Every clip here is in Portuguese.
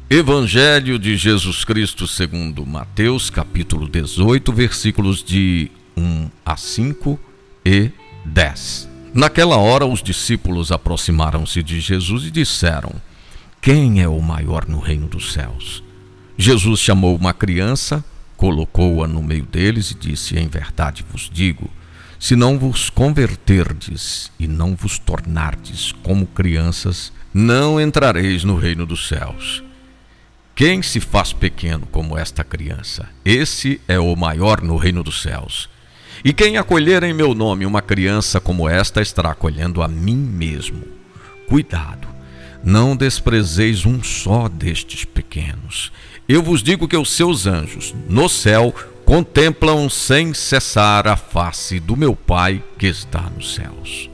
Evangelho de Jesus Cristo segundo Mateus, capítulo 18, versículos de 1 a 5 e 10. Naquela hora, os discípulos aproximaram-se de Jesus e disseram: Quem é o maior no reino dos céus? Jesus chamou uma criança, colocou-a no meio deles e disse: Em verdade vos digo, se não vos converterdes e não vos tornardes como crianças, não entrareis no reino dos céus. Quem se faz pequeno como esta criança, esse é o maior no reino dos céus. E quem acolher em meu nome uma criança como esta, estará acolhendo a mim mesmo. Cuidado, não desprezeis um só destes pequenos. Eu vos digo que os seus anjos, no céu, contemplam sem cessar a face do meu Pai que está nos céus.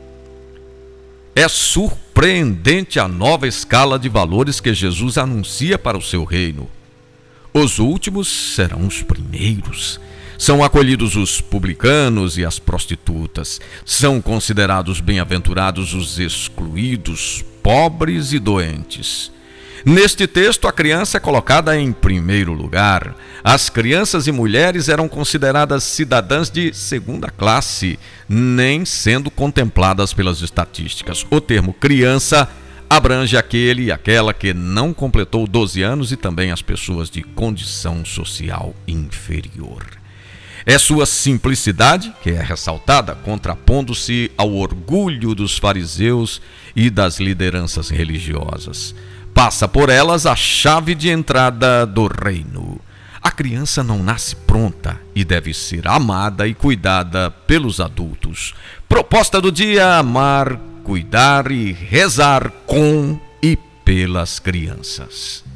É surpreendente a nova escala de valores que Jesus anuncia para o seu reino. Os últimos serão os primeiros. São acolhidos os publicanos e as prostitutas. São considerados bem-aventurados os excluídos, pobres e doentes. Neste texto, a criança é colocada em primeiro lugar. As crianças e mulheres eram consideradas cidadãs de segunda classe, nem sendo contempladas pelas estatísticas. O termo criança abrange aquele e aquela que não completou 12 anos e também as pessoas de condição social inferior. É sua simplicidade que é ressaltada, contrapondo-se ao orgulho dos fariseus e das lideranças religiosas. Passa por elas a chave de entrada do reino. A criança não nasce pronta e deve ser amada e cuidada pelos adultos. Proposta do dia: amar, cuidar e rezar com e pelas crianças.